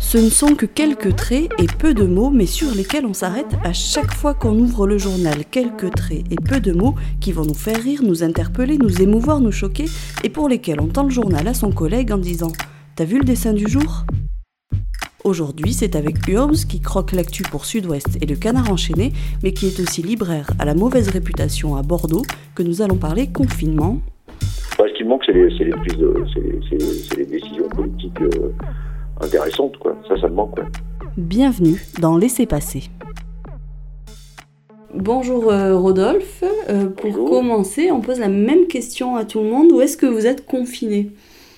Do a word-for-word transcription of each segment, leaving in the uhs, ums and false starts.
Ce ne sont que quelques traits et peu de mots, mais sur lesquels on s'arrête à chaque fois qu'on ouvre le journal. Quelques traits et peu de mots qui vont nous faire rire, nous interpeller, nous émouvoir, nous choquer, et pour lesquels on tend le journal à son collègue en disant « T'as vu le dessin du jour ?» Aujourd'hui, c'est avec Urbs qui croque l'actu pour Sud-Ouest et le Canard enchaîné, mais qui est aussi libraire à la mauvaise réputation à Bordeaux, que nous allons parler confinement. Bah, ce qui me manque, c'est les, c'est les prises de, c'est les, c'est, c'est les décisions politiques euh, intéressantes, quoi. Ça, ça me manque, quoi. Bienvenue dans Laissez passer. Bonjour euh, Rodolphe. Euh, pour Bonjour. commencer, on pose la même question à tout le monde. Où est-ce que vous êtes confiné ?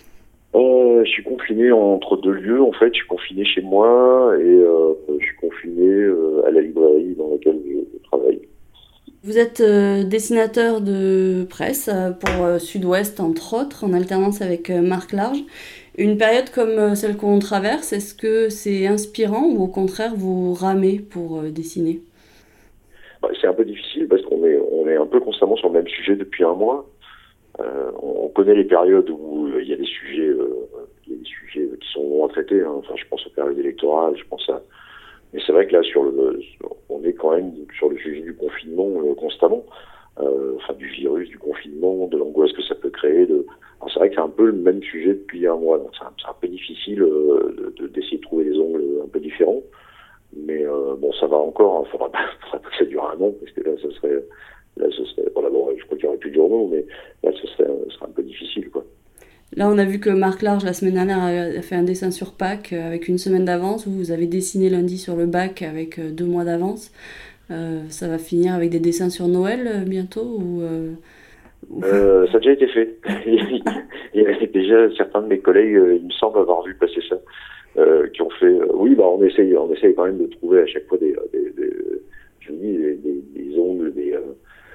Euh, je suis confiné entre deux lieux, en fait. Je suis confiné chez moi et euh, je suis confiné euh, à la librairie dans laquelle je, je travaille. Vous êtes euh, dessinateur de presse euh, pour euh, Sud-Ouest, entre autres, en alternance avec euh, Marc Large. Une période comme euh, celle qu'on traverse, est-ce que c'est inspirant ou au contraire vous ramez pour euh, dessiner ? Bah, c'est un peu difficile parce qu'on est, on est un peu constamment sur le même sujet depuis un mois. Euh, on connaît les périodes où il y a des sujets, euh, il y a des sujets qui sont longs à traiter. Hein. Enfin, je pense aux périodes électorales, je pense à. Mais c'est vrai que là, sur le, on est quand même sur le sujet du confinement euh, constamment. Euh, enfin, du virus, du confinement, de l'angoisse que ça peut créer. De... Alors, c'est vrai que c'est un peu le même sujet depuis un mois. Donc, c'est un, c'est un peu difficile euh, de, d'essayer de trouver des angles un peu différents. Mais euh, bon, ça va encore. Il faudra pas, faudra pas que ça dure un an, parce que là, ça serait. Là, ce serait, bon, d'abord, je crois qu'il n'y aurait plus de journaux, mais là, ce serait, ce serait un peu difficile, quoi. Là, on a vu que Marc Large, la semaine dernière, a fait un dessin sur Pâques avec une semaine d'avance. Vous avez dessiné lundi sur le bac avec deux mois d'avance. Euh, ça va finir avec des dessins sur Noël bientôt ou, euh, ou... Euh, ça a déjà été fait. Il y a déjà certains de mes collègues, il me semble avoir vu passer ça, euh, qui ont fait. Euh, oui, bah, on essaye, on essaye quand même de trouver à chaque fois des, des, des je vous dis, des, des, des ongles, des euh,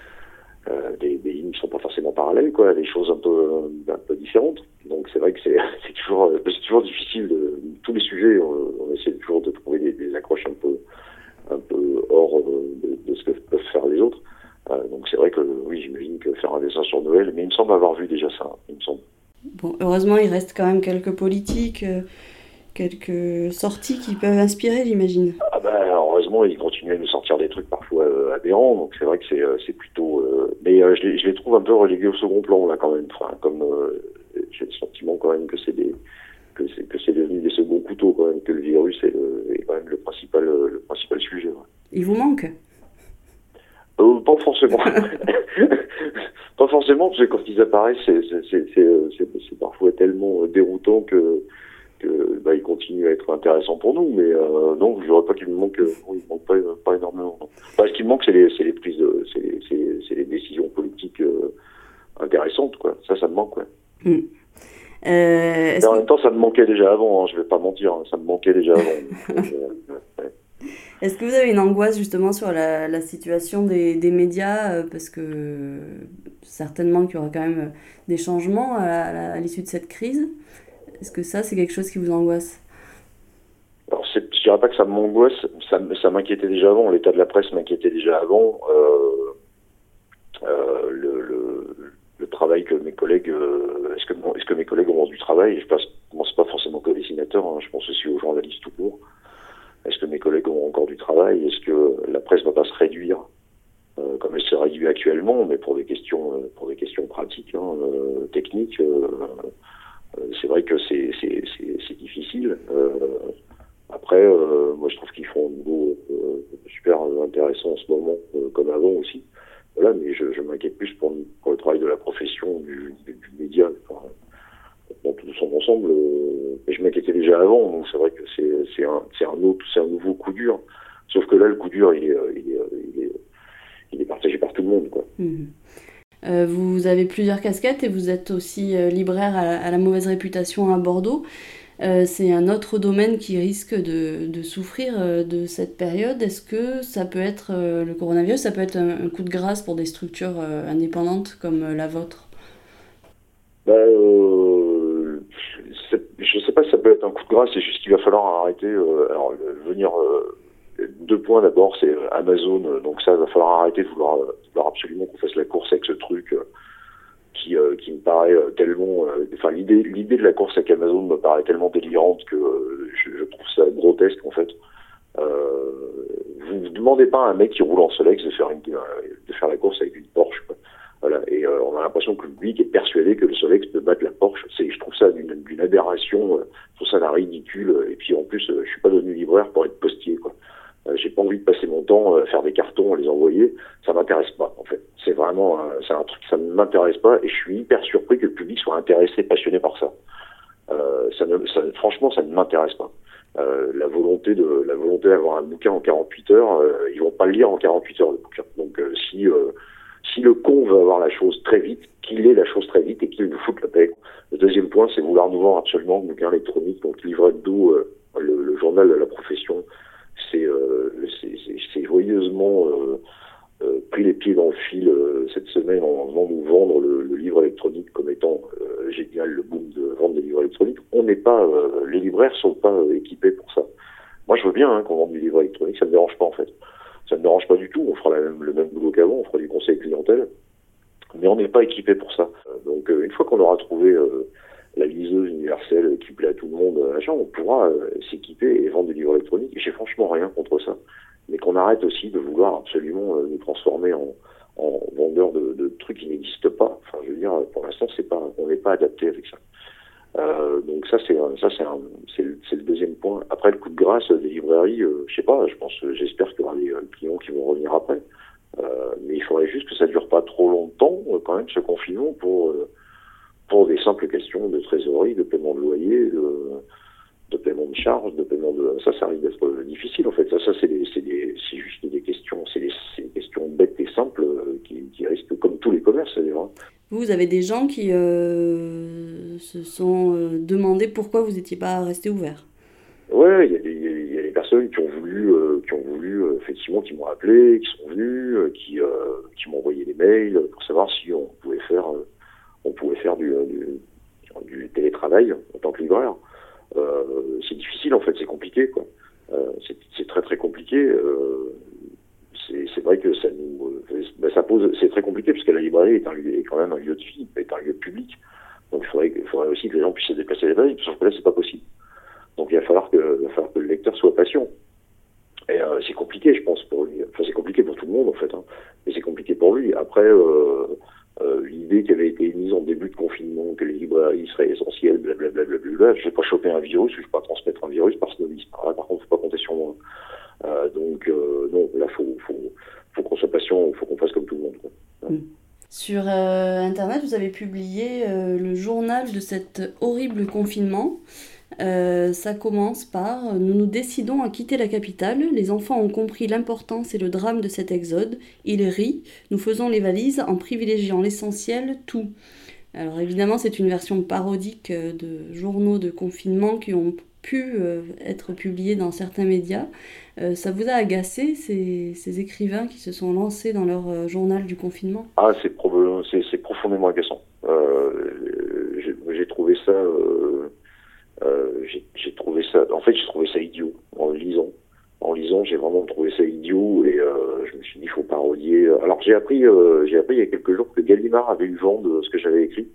Euh, des, des lignes qui sont pas forcément parallèles, quoi, des choses un peu, un peu différentes. Donc c'est vrai que c'est, c'est toujours, c'est toujours difficile. De, tous les sujets, on, on essaie toujours de trouver des, des accroches un peu, un peu hors de, de ce que peuvent faire les autres. Euh, donc c'est vrai que oui, j'imagine que faire un dessin sur Noël, mais il me semble avoir vu déjà ça. Il me semble. Bon, heureusement, il reste quand même quelques politiques, euh, quelques sorties qui peuvent inspirer, j'imagine. Ah ben, heureusement, ils continuent à nous sortir des trucs parfois euh, aberrants, donc c'est vrai que c'est, euh, c'est plutôt... Euh, mais euh, je, les, je les trouve un peu relégués au second plan, là, quand même. Enfin, comme euh, j'ai le sentiment, quand même, que c'est des que c'est, que c'est devenu des seconds couteaux, quand même, que le virus est, le, est quand même le principal, le principal sujet. Ouais. Il vous manque ? euh, Pas forcément. Pas forcément, parce que quand ils apparaissent, c'est, c'est, c'est, c'est, c'est, c'est parfois tellement déroutant que... que bah, il continue à être intéressant pour nous, mais euh, non, je dirais pas qu'il me manque, euh, il me manque pas, pas énormément. Non. Bah, ce qui me manque, c'est les, c'est les prises, de, c'est, les, c'est, c'est les décisions politiques euh, intéressantes, quoi. Ça, ça me manque, quoi. Mmh. Euh, mais en que... même temps, ça me manquait déjà avant. Hein, je vais pas mentir, hein, ça me manquait déjà avant. Donc, euh, ouais. Est-ce que vous avez une angoisse justement sur la, la situation des, des médias, euh, parce que euh, certainement qu'il y aura quand même des changements à, à, à l'issue de cette crise. Est-ce que ça, c'est quelque chose qui vous angoisse ? Alors, c'est, je dirais pas que ça m'angoisse, ça, ça m'inquiétait déjà avant. L'état de la presse m'inquiétait déjà avant. Euh, euh, le, le, le travail que mes collègues, euh, est-ce que, est-ce que mes collègues auront du travail ? Je pense, bon, c'est pas forcément qu'aux dessinateurs, hein, je pense aussi aux journalistes tout court. Est-ce que mes collègues auront encore du travail ? Est-ce que la presse va pas se réduire euh, comme elle se réduit actuellement, mais pour des questions, euh, pour des questions pratiques, hein, euh, techniques. Euh, C'est vrai que c'est, c'est, c'est, c'est difficile. Euh, après, euh, moi, je trouve qu'ils font un boulot euh, super intéressant en ce moment, euh, comme avant aussi. Voilà, mais je, je m'inquiète plus pour, pour le travail de la profession, du, du, du média, enfin, dans tout son ensemble. Euh, mais je m'inquiétais déjà avant, donc c'est vrai que c'est, c'est, un, c'est, un autre, c'est un nouveau coup dur. Sauf que là, le coup dur, il est, il est, il est, il est partagé par tout le monde, quoi. Mmh. Euh, vous avez plusieurs casquettes et vous êtes aussi euh, libraire à la, à la mauvaise réputation à Bordeaux. Euh, c'est un autre domaine qui risque de, de souffrir euh, de cette période. Est-ce que ça peut être, euh, le coronavirus, ça peut être un, un coup de grâce pour des structures euh, indépendantes comme euh, la vôtre ? Bah, euh, je ne sais pas si ça peut être un coup de grâce, c'est juste qu'il va falloir arrêter. Euh, alors, venir... Euh, Deux points d'abord, c'est Amazon, donc ça, il va falloir arrêter de vouloir, de vouloir absolument qu'on fasse la course avec ce truc euh, qui, euh, qui me paraît tellement... Euh, enfin, l'idée, l'idée de la course avec Amazon me paraît tellement délirante que euh, je, je trouve ça grotesque en fait. Euh, vous ne demandez pas à un mec qui roule en Solex de faire, une, de faire la course avec une Porsche, quoi. Voilà. Et euh, on a l'impression que le public est persuadé que le Solex peut battre la Porsche. C'est, je trouve ça d'une, d'une aberration, euh, je trouve ça d'un ridicule. Et puis en plus, euh, je suis pas devenu libraire pour être postier, quoi. Euh, j'ai pas envie de passer mon temps à faire des cartons, à les envoyer. Ça m'intéresse pas, en fait. C'est vraiment, euh, c'est un truc, ça ne m'intéresse pas. Et je suis hyper surpris que le public soit intéressé, passionné par ça. Euh, ça ne, ça, franchement, ça ne m'intéresse pas. Euh, la volonté de, la volonté d'avoir un bouquin en quarante-huit heures, euh, ils vont pas le lire en quarante-huit heures, le bouquin. Donc euh, si euh, si le con veut avoir la chose très vite, qu'il ait la chose très vite et qu'il nous foute la paix. Le deuxième point, c'est vouloir nous vendre absolument le bouquin électronique, donc livret hebdo, euh, le, le journal de la profession. C'est, euh, c'est, c'est, c'est joyeusement euh, euh, pris les pieds dans le fil euh, cette semaine en venant nous vendre le, le livre électronique comme étant euh, génial, le boom de vente des livres électroniques. On n'est pas, euh, les libraires sont pas euh, équipés pour ça. Moi, je veux bien hein, qu'on vende du livre électronique, ça me dérange pas en fait. Ça me dérange pas du tout. On fera la même, le même boulot qu'avant, on fera du conseil clientèle, mais on n'est pas équipé pour ça. Donc, euh, une fois qu'on aura trouvé euh, la liseuse universelle qui plaît à tout le monde, machin, on pourra euh, s'équiper et vendre du livre électronique. Et j'ai franchement rien contre ça. Mais qu'on arrête aussi de vouloir absolument euh, nous transformer en, en vendeurs de, de trucs qui n'existent pas. Enfin, je veux dire, pour l'instant, c'est pas, on n'est pas adapté avec ça. Euh, donc ça, c'est ça, c'est, un, c'est, le, c'est le deuxième point. Après, le coup de grâce des librairies, euh, je sais pas. Je pense, j'espère qu'il y aura des euh, clients qui vont revenir après. Euh, mais il faudrait juste que ça dure pas trop longtemps, euh, quand même, ce confinement, pour euh, pour des simples questions de trésorerie, de paiement de loyer, de, de paiement de charges, de paiement de ça, ça risque d'être difficile en fait. Ça, ça c'est des, c'est des, c'est juste des questions, c'est des, c'est des questions bêtes et simples euh, qui, qui risquent, comme tous les commerces d'ailleurs. Hein. Vous avez des gens qui euh, se sont euh, demandé pourquoi vous n'étiez pas resté ouvert. Ouais, il y a des, il y a des personnes qui ont voulu, euh, qui ont voulu euh, effectivement, qui m'ont appelé, qui sont venus, euh, qui, euh, qui m'ont envoyé des mails pour savoir si on pouvait faire, euh, on pouvait faire du, du, du télétravail en tant que libraire. Euh, c'est difficile en fait, c'est compliqué quoi. Euh, c'est, c'est très très compliqué. Euh, c'est, c'est vrai que ça nous, euh, ben, ça pose, c'est très compliqué parce que la librairie est, un lieu, est quand même un lieu de vie, est un lieu public. Donc il faudrait, il faudrait aussi que les gens puissent se déplacer les librairies, sauf que là c'est pas possible. Donc il va falloir que, il va falloir que le lecteur soit patient. Et euh, c'est compliqué, je pense, pour lui. Enfin, c'est compliqué pour tout le monde en fait, hein. Mais c'est compliqué pour lui. Après. Euh, Euh, l'idée qui avait été émise en début de confinement, que les librairies seraient essentielles, blablabla, blablabla, je ne vais pas choper un virus, je ne vais pas transmettre un virus par snobisme. Par, par contre, il ne faut pas compter sur moi. Euh, donc, euh, non, là, il faut, faut, faut qu'on soit patient, il faut qu'on fasse comme tout le monde. Quoi. Ouais. Sur euh, Internet, vous avez publié euh, le journal de cet horrible confinement. Euh, ça commence par « Nous nous décidons à quitter la capitale. Les enfants ont compris l'importance et le drame de cet exode. Ils rient. Nous faisons les valises en privilégiant l'essentiel, tout. » Alors évidemment, c'est une version parodique de journaux de confinement qui ont pu euh, être publiés dans certains médias. Euh, ça vous a agacé, ces, ces écrivains qui se sont lancés dans leur euh, journal du confinement ? Ah, c'est, prob- c'est, c'est profondément agaçant. Euh, j'ai, j'ai trouvé ça... Euh... Euh, j'ai, j'ai trouvé ça, en fait, j'ai trouvé ça idiot en le lisant. En lisant, j'ai vraiment trouvé ça idiot et euh, je me suis dit, il faut parodier. Alors, j'ai appris, euh, j'ai appris il y a quelques jours que Gallimard avait eu vent de ce que j'avais écrit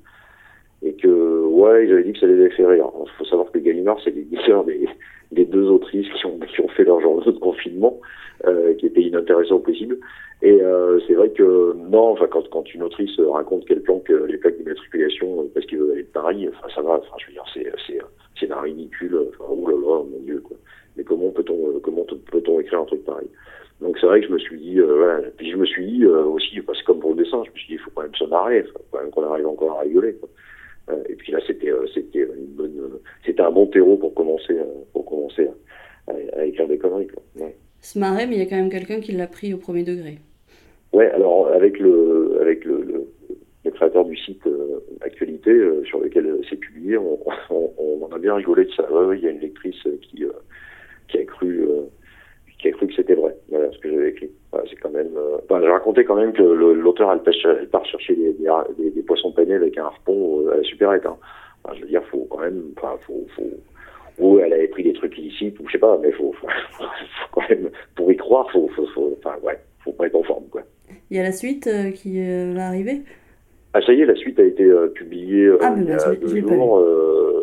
et que, ouais, ils avaient dit que ça les fait rire. Il faut savoir que Gallimard, c'est l'éditeur des, des deux autrices qui ont, qui ont fait leur journaux de confinement, euh, qui étaient inintéressants au possible. Et euh, c'est vrai que non, enfin quand quand une autrice raconte qu'elle planque les plaques d'immatriculation parce qu'il veut aller de Paris, enfin ça va, enfin je veux dire c'est c'est c'est d'un ridicule, enfin oh là là mon Dieu quoi. Mais comment peut-on comment peut-on écrire un truc pareil? Donc c'est vrai que je me suis dit, euh, voilà. Puis je me suis dit euh, aussi, parce que comme pour le dessin, je me suis dit il faut quand même se marrer, il faut quand même qu'on arrive encore à rigoler. Quoi. Euh, et puis là c'était euh, c'était une bonne, euh, c'était un bon terreau pour commencer euh, pour commencer à, à, à écrire des conneries. Quoi. Ouais. Se marrer, mais il y a quand même quelqu'un qui l'a pris au premier degré. Ouais, alors avec le avec le, le, le créateur du site euh, Actualité euh, sur lequel euh, c'est publié, on, on, on en a bien rigolé de ça. Ouais, ouais, il y a une lectrice qui euh, qui a cru euh, qui a cru que c'était vrai, voilà, ce que j'avais écrit. Voilà, c'est quand même. Euh... Enfin, j'ai raconté quand même que le, l'auteur elle, pêche, elle part chercher des, des, des poissons panés avec un harpon euh, à la supérette. Hein. Enfin, je veux dire, faut quand même. Enfin, faut faut. Ou elle avait pris des trucs illicites, ou je sais pas, mais faut, faut, faut, faut quand même pour y croire, faut faut faut. Enfin ouais, faut pas être en forme quoi. Il y a la suite euh, qui euh, va arriver ? Ah ça y est, la suite a été euh, publiée euh, ah, il y a bah, deux jours. Euh, alors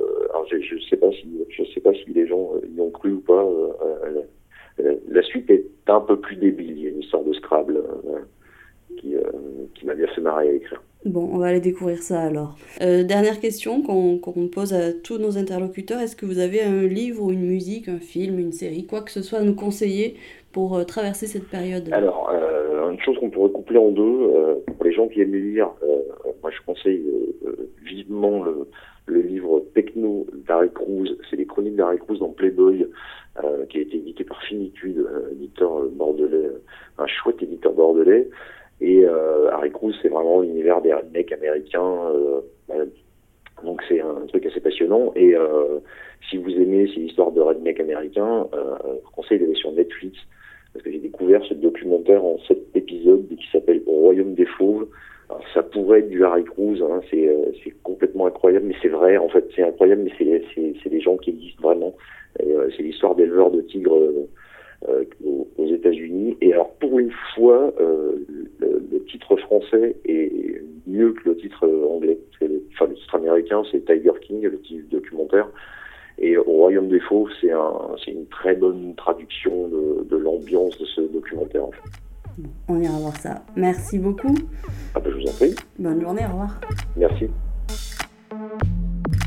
alors je, je sais pas si je sais pas si les gens y ont cru ou pas. Euh, euh, la suite est un peu plus débile. Il y a une histoire de Scrabble euh, qui, euh, qui m'a bien fait marrer à écrire. Bon, on va aller découvrir ça alors. Euh, dernière question qu'on, qu'on pose à tous nos interlocuteurs. Est-ce que vous avez un livre ou une musique, un film, une série, quoi que ce soit à nous conseiller pour euh, traverser cette période? Alors, euh, une chose qu'on pourrait coupler en deux, euh, pour les gens qui aiment lire, euh, moi je conseille euh, vivement le, le livre Techno d'Harry Cruz. C'est les chroniques d'Harry Cruz dans Playboy, euh, qui a été édité par Finitude, euh, éditeur bordelais, un chouette éditeur bordelais. Et euh, Harry Cruz, c'est vraiment l'univers des rednecks américains. Euh, euh, donc c'est un truc assez passionnant. Et euh, si vous aimez ces histoires de rednecks américains, euh, je vous conseille d'aller sur Netflix, parce que j'ai découvert ce documentaire en sept épisodes qui s'appelle Au Royaume des Fauves. Alors, ça pourrait être du Harry Cruz, hein, c'est, euh, c'est complètement incroyable, mais c'est vrai, en fait, c'est incroyable, mais c'est, c'est, c'est des gens qui existent vraiment. Et, euh, c'est l'histoire d'éleveurs de tigres euh, euh, aux, aux États-Unis. Et alors, pour une fois, euh, le, le titre français est mieux que le titre anglais. Parce que le, enfin, le titre américain, c'est Tiger King, le titre documentaire. Et Au Royaume des Fauves, c'est, un, c'est une très bonne traduction de, de l'ambiance de ce documentaire, en fait. Bon, on ira voir ça. Merci beaucoup. Ah ben, je vous en prie. Bonne journée, au revoir. Merci.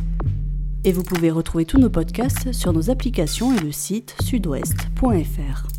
Et vous pouvez retrouver tous nos podcasts sur nos applications et le site sudouest point f r.